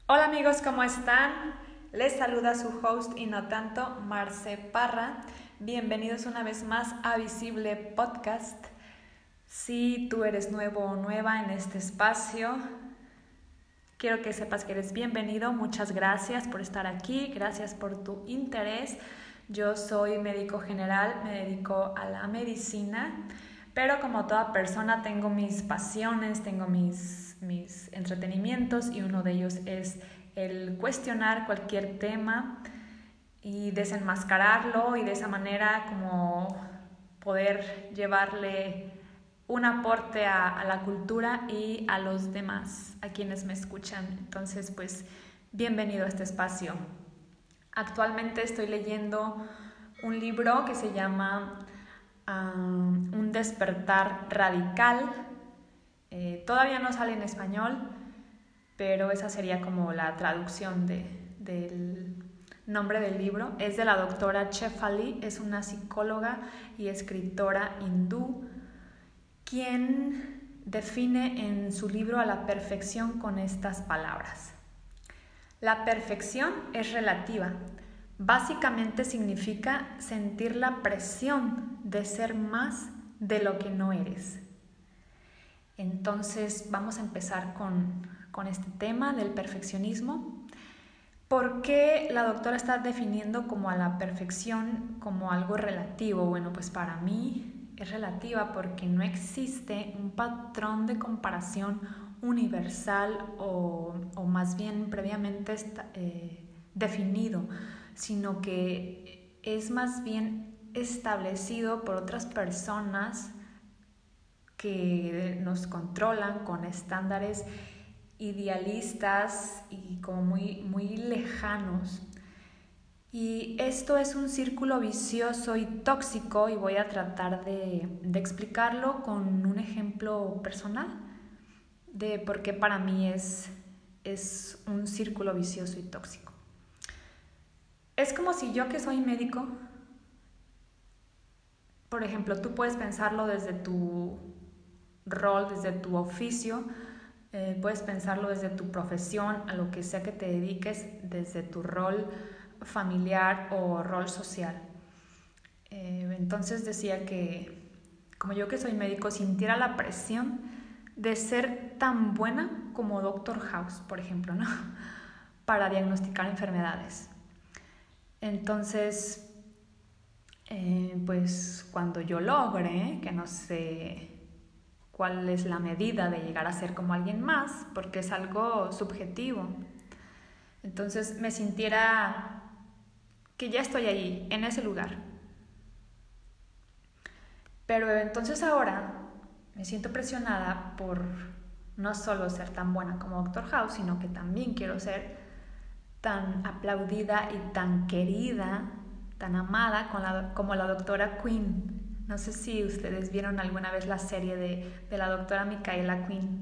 Hola amigos, ¿cómo están? Les saluda su host y no tanto, Marce Parra. Bienvenidos una vez más a Visible Podcast. Si tú eres nuevo o nueva en este espacio, quiero que sepas que eres bienvenido. Muchas gracias por estar aquí, gracias por tu interés. Yo soy médico general, me dedico a la medicina, pero como toda persona tengo mis pasiones, tengo mis entretenimientos y uno de ellos es el cuestionar cualquier tema y desenmascararlo y de esa manera como poder llevarle un aporte a la cultura y a los demás, a quienes me escuchan. Entonces, pues, bienvenido a este espacio. Actualmente estoy leyendo un libro que se llama Un despertar radical. Todavía no sale en español, pero esa sería como la traducción del nombre del libro. Es de la doctora Shefali, es una psicóloga y escritora hindú, quien define en su libro a la perfección con estas palabras. La perfección es relativa. Básicamente significa sentir la presión de ser más de lo que no eres. Entonces vamos a empezar con este tema del perfeccionismo. ¿Por qué la doctora está definiendo como a la perfección como algo relativo? Bueno, pues para mí es relativa porque no existe un patrón de comparación universal o más bien previamente definido, sino que es más bien establecido por otras personas que nos controlan con estándares idealistas y como muy lejanos. Y esto es un círculo vicioso y tóxico y voy a tratar de explicarlo con un ejemplo personal de por qué para mí es un círculo vicioso y tóxico. Es como si yo, que soy médico, por ejemplo, tú puedes pensarlo desde tu rol, desde tu oficio, puedes pensarlo desde tu profesión, a lo que sea que te dediques, desde tu rol familiar o rol social. Entonces decía que, como yo que soy médico, sintiera la presión de ser tan buena como Doctor House, por ejemplo, ¿no? Para diagnosticar enfermedades. Entonces, pues cuando yo logre, que no sé cuál es la medida de llegar a ser como alguien más, porque es algo subjetivo. Entonces me sintiera que ya estoy ahí, en ese lugar. Pero entonces ahora me siento presionada por no solo ser tan buena como Dr. House, sino que también quiero ser tan aplaudida y tan querida, tan amada como la doctora Quinn. No sé si ustedes vieron alguna vez la serie de la doctora Micaela Quinn.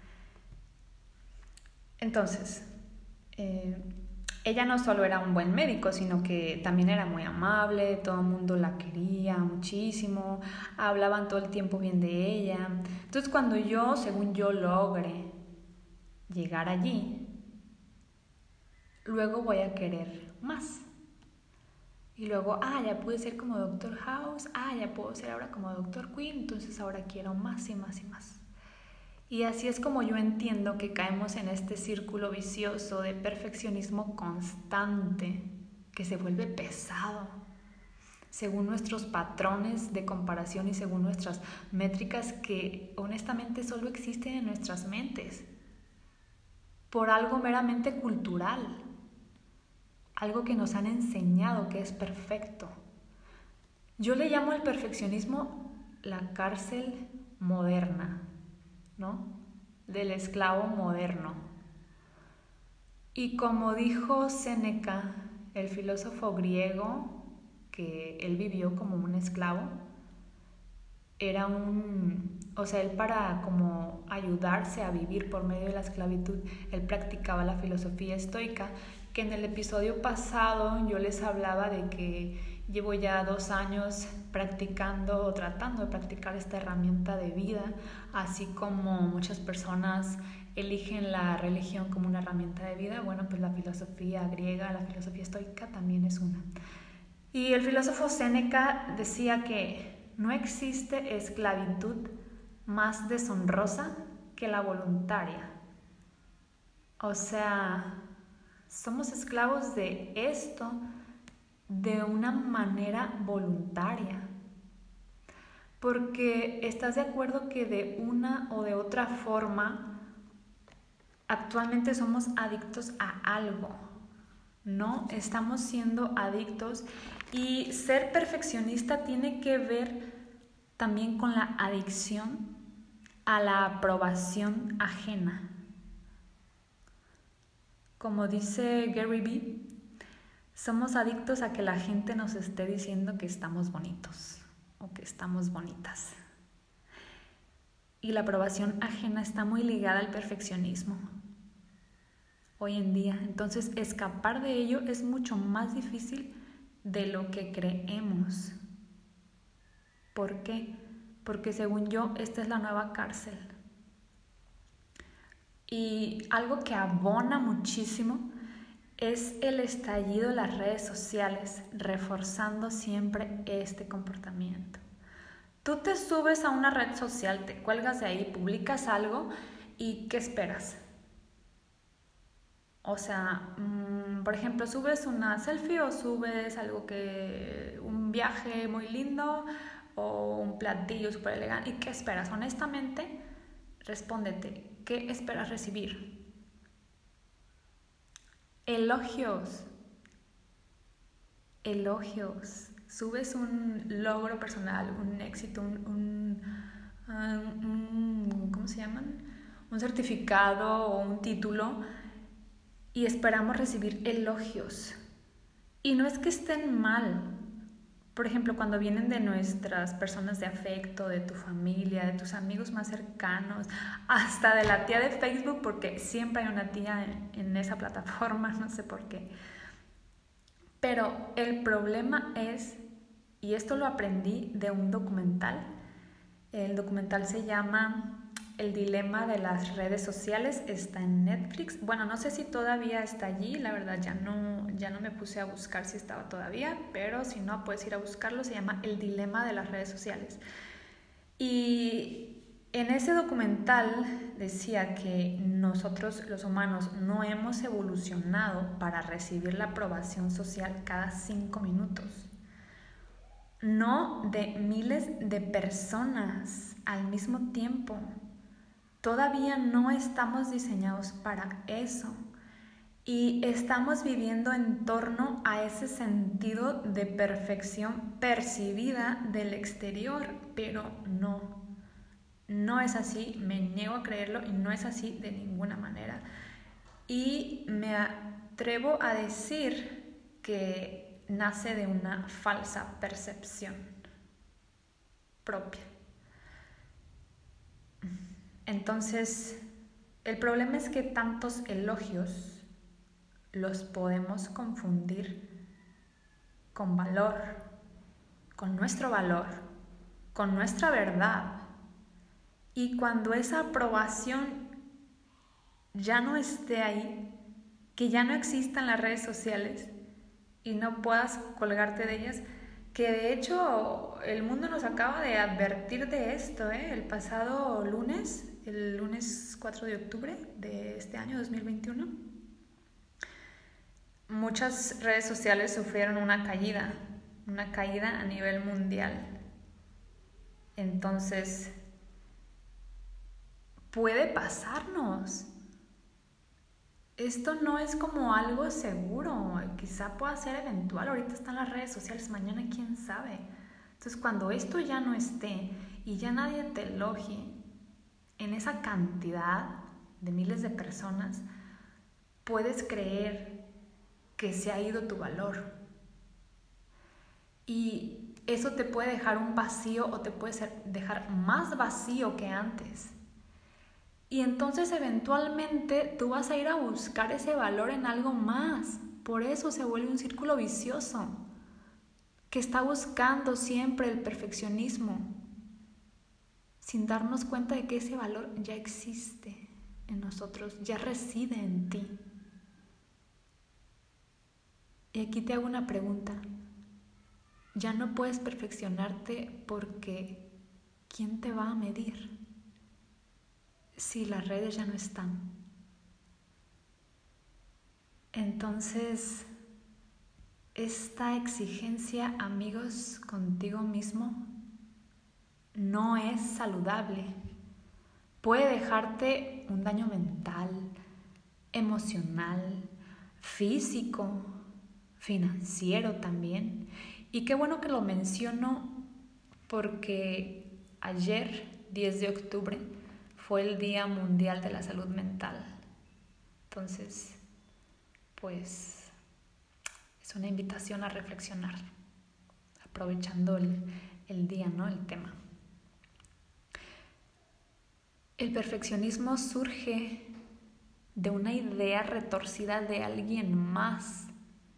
Entonces, ella no solo era un buen médico, sino que también era muy amable, todo el mundo la quería muchísimo, hablaban todo el tiempo bien de ella. Entonces, cuando yo, según yo, logre llegar allí, luego voy a querer más. Y luego, ya pude ser como Dr. House, ya puedo ser ahora como Dr. Quinn, entonces ahora quiero más y más y más. Y así es como yo entiendo que caemos en este círculo vicioso de perfeccionismo constante, que se vuelve pesado, según nuestros patrones de comparación y según nuestras métricas que honestamente solo existen en nuestras mentes, por algo meramente cultural. Algo que nos han enseñado que es perfecto. Yo le llamo al perfeccionismo la cárcel moderna, ¿no? Del esclavo moderno. Y como dijo Séneca, el filósofo griego, que él vivió como un esclavo, era él para como ayudarse a vivir por medio de la esclavitud, él practicaba la filosofía estoica, que en el episodio pasado yo les hablaba de que Llevo ya 2 años practicando o tratando de practicar esta herramienta de vida, así como muchas personas eligen la religión como una herramienta de vida. Bueno, pues la filosofía griega, la filosofía estoica también es una. Y el filósofo Séneca decía que no existe esclavitud más deshonrosa que la voluntaria. O sea, somos esclavos de esto de una manera voluntaria. Porque estás de acuerdo que de una o de otra forma actualmente somos adictos a algo, ¿no? Estamos siendo adictos y ser perfeccionista tiene que ver también con la adicción a la aprobación ajena. Como dice Gary Vee, somos adictos a que la gente nos esté diciendo que estamos bonitos o que estamos bonitas. Y la aprobación ajena está muy ligada al perfeccionismo hoy en día. Entonces, escapar de ello es mucho más difícil de lo que creemos. ¿Por qué? Porque según yo, esta es la nueva cárcel. Y algo que abona muchísimo es el estallido de las redes sociales, reforzando siempre este comportamiento. Tú te subes a una red social, te cuelgas de ahí, publicas algo y ¿qué esperas? O sea, por ejemplo, subes una selfie o subes un viaje muy lindo o un platillo súper elegante. ¿Y qué esperas? Honestamente, respóndete, ¿qué esperas recibir? Elogios. Subes un logro personal, un éxito, ¿cómo se llaman? Un certificado o un título y esperamos recibir elogios. Y no es que estén mal. Por ejemplo, cuando vienen de nuestras personas de afecto, de tu familia, de tus amigos más cercanos, hasta de la tía de Facebook, porque siempre hay una tía en esa plataforma, no sé por qué. Pero el problema es, y esto lo aprendí de un documental, el documental se llama El dilema de las redes sociales, está en Netflix. Bueno, no sé si todavía está allí, la verdad ya no me puse a buscar si estaba todavía, pero si no puedes ir a buscarlo, se llama El dilema de las redes sociales. Y en ese documental decía que nosotros los humanos no hemos evolucionado para recibir la aprobación social cada 5 minutos. No de miles de personas al mismo tiempo. Todavía no estamos diseñados para eso. Y estamos viviendo en torno a ese sentido de perfección percibida del exterior, pero no es así, me niego a creerlo y no es así de ninguna manera. Y me atrevo a decir que nace de una falsa percepción propia. Entonces, el problema es que tantos elogios los podemos confundir con valor, con nuestro valor, con nuestra verdad. Y cuando esa aprobación ya no esté ahí, que ya no existan las redes sociales y no puedas colgarte de ellas, que de hecho el mundo nos acaba de advertir de esto, el pasado lunes, el lunes 4 de octubre de este año 2021, muchas redes sociales sufrieron una caída a nivel mundial. Entonces, puede pasarnos. Esto no es como algo seguro, quizá pueda ser eventual, ahorita están las redes sociales, mañana quién sabe. Entonces cuando esto ya no esté y ya nadie te elogie en esa cantidad de miles de personas, puedes creer que se ha ido tu valor. Y eso te puede dejar un vacío o te puede dejar más vacío que antes. Y entonces eventualmente tú vas a ir a buscar ese valor en algo más. Por eso se vuelve un círculo vicioso. que está buscando siempre el perfeccionismo, sin darnos cuenta de que ese valor ya existe en nosotros, ya reside en ti. Y aquí te hago una pregunta. Ya no puedes perfeccionarte porque ¿quién te va a medir si las redes ya no están? Entonces, esta exigencia, amigos, contigo mismo no es saludable. Puede dejarte un daño mental, emocional, físico, financiero también. Y qué bueno que lo menciono porque ayer, 10 de octubre, fue el Día Mundial de la Salud Mental. Entonces, pues es una invitación a reflexionar, aprovechando el día, ¿no? El tema. El perfeccionismo surge de una idea retorcida de alguien más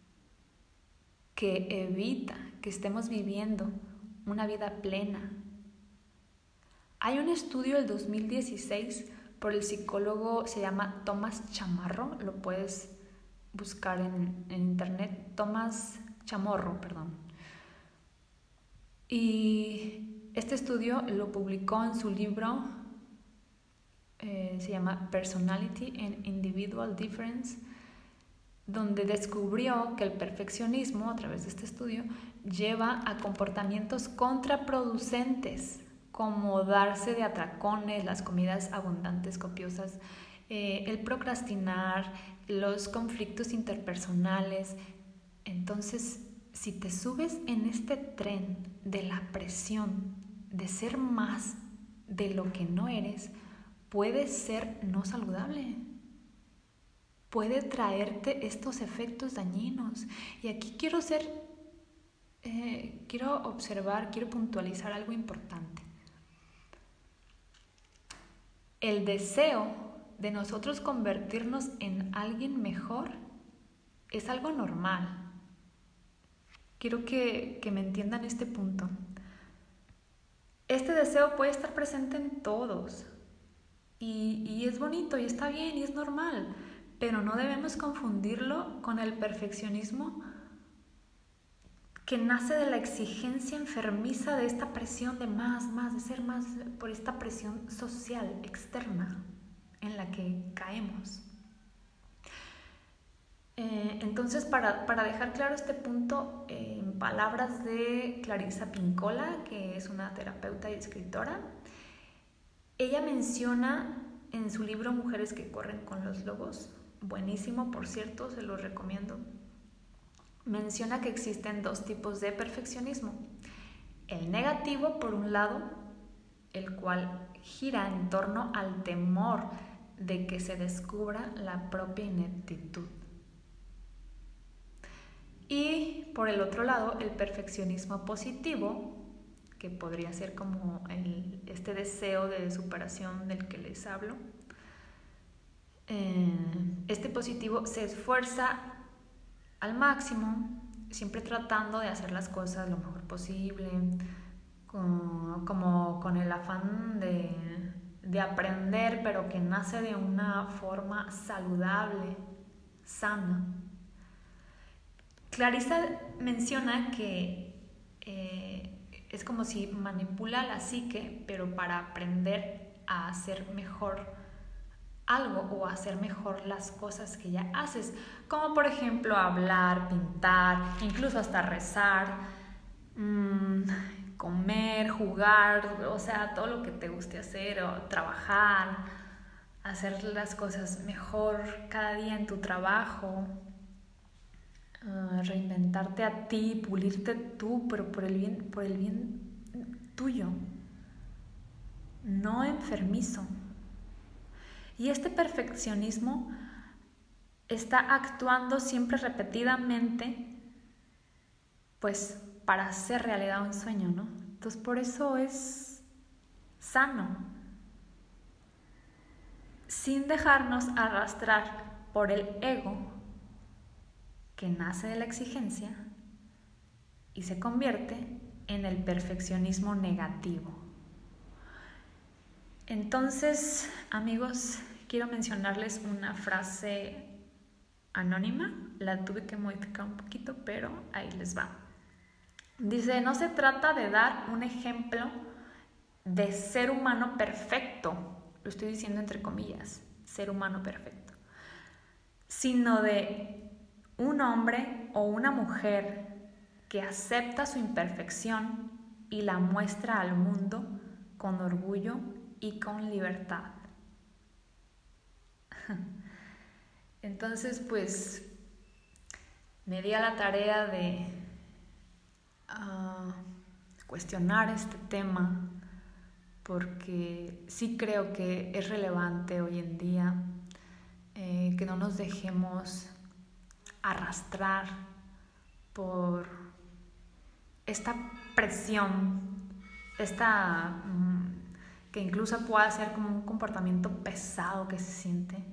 que evita que estemos viviendo una vida plena. Hay un estudio del 2016 por el psicólogo, se llama Tomás Chamorro, lo puedes buscar en internet, Tomás Chamorro, perdón. Y este estudio lo publicó en su libro, se llama Personality and Individual Difference, donde descubrió que el perfeccionismo, a través de este estudio, lleva a comportamientos contraproducentes, como darse de atracones, las comidas abundantes, copiosas, el procrastinar, los conflictos interpersonales. Entonces, si te subes en este tren de la presión de ser más de lo que no eres, puede ser no saludable. Puede traerte estos efectos dañinos. Y aquí quiero observar, quiero puntualizar algo importante. El deseo de nosotros convertirnos en alguien mejor es algo normal. Quiero que me entiendan este punto. Este deseo puede estar presente en todos. Y es bonito y está bien y es normal. Pero no debemos confundirlo con el perfeccionismo que nace de la exigencia enfermiza de esta presión de más, de ser más, por esta presión social externa en la que caemos. Entonces, para dejar claro este punto, en palabras de Clarissa Pinkola, que es una terapeuta y escritora, ella menciona en su libro Mujeres que corren con los lobos, buenísimo por cierto, se lo recomiendo, menciona que existen dos tipos de perfeccionismo. El negativo, por un lado, el cual gira en torno al temor de que se descubra la propia ineptitud. Y por el otro lado, el perfeccionismo positivo, que podría ser como este deseo de superación del que les hablo. Este positivo se esfuerza al máximo, siempre tratando de hacer las cosas lo mejor posible, como con el afán de aprender, pero que nace de una forma saludable, sana. Clarissa menciona que es como si manipula la psique, pero para aprender a hacer mejor algo o a hacer mejor las cosas que ya haces, como por ejemplo hablar, pintar, incluso hasta rezar, comer, jugar, o sea, todo lo que te guste hacer, o trabajar, hacer las cosas mejor cada día en tu trabajo. Reinventarte a ti, pulirte tú, pero por el bien tuyo, no enfermizo. Y este perfeccionismo está actuando siempre repetidamente, pues para hacer realidad un sueño, ¿no? Entonces por eso es sano, sin dejarnos arrastrar por el ego que nace de la exigencia y se convierte en el perfeccionismo negativo. Entonces, amigos, quiero mencionarles una frase anónima. La tuve que modificar un poquito, pero ahí les va. Dice, no se trata de dar un ejemplo de ser humano perfecto, lo estoy diciendo entre comillas, ser humano perfecto, sino de un hombre o una mujer que acepta su imperfección y la muestra al mundo con orgullo y con libertad. Entonces, pues, me di a la tarea de cuestionar este tema, porque sí creo que es relevante hoy en día que no nos dejemos arrastrar por esta presión, que incluso pueda ser como un comportamiento pesado que se siente,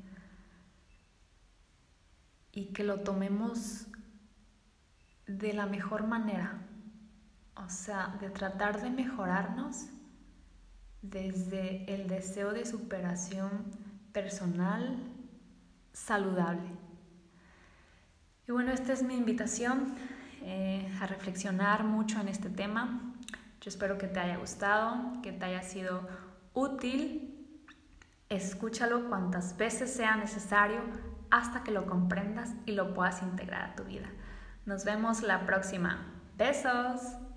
y que lo tomemos de la mejor manera, o sea, de tratar de mejorarnos desde el deseo de superación personal saludable. Y bueno, esta es mi invitación a reflexionar mucho en este tema. Yo espero que te haya gustado, que te haya sido útil. Escúchalo cuantas veces sea necesario hasta que lo comprendas y lo puedas integrar a tu vida. Nos vemos la próxima. Besos.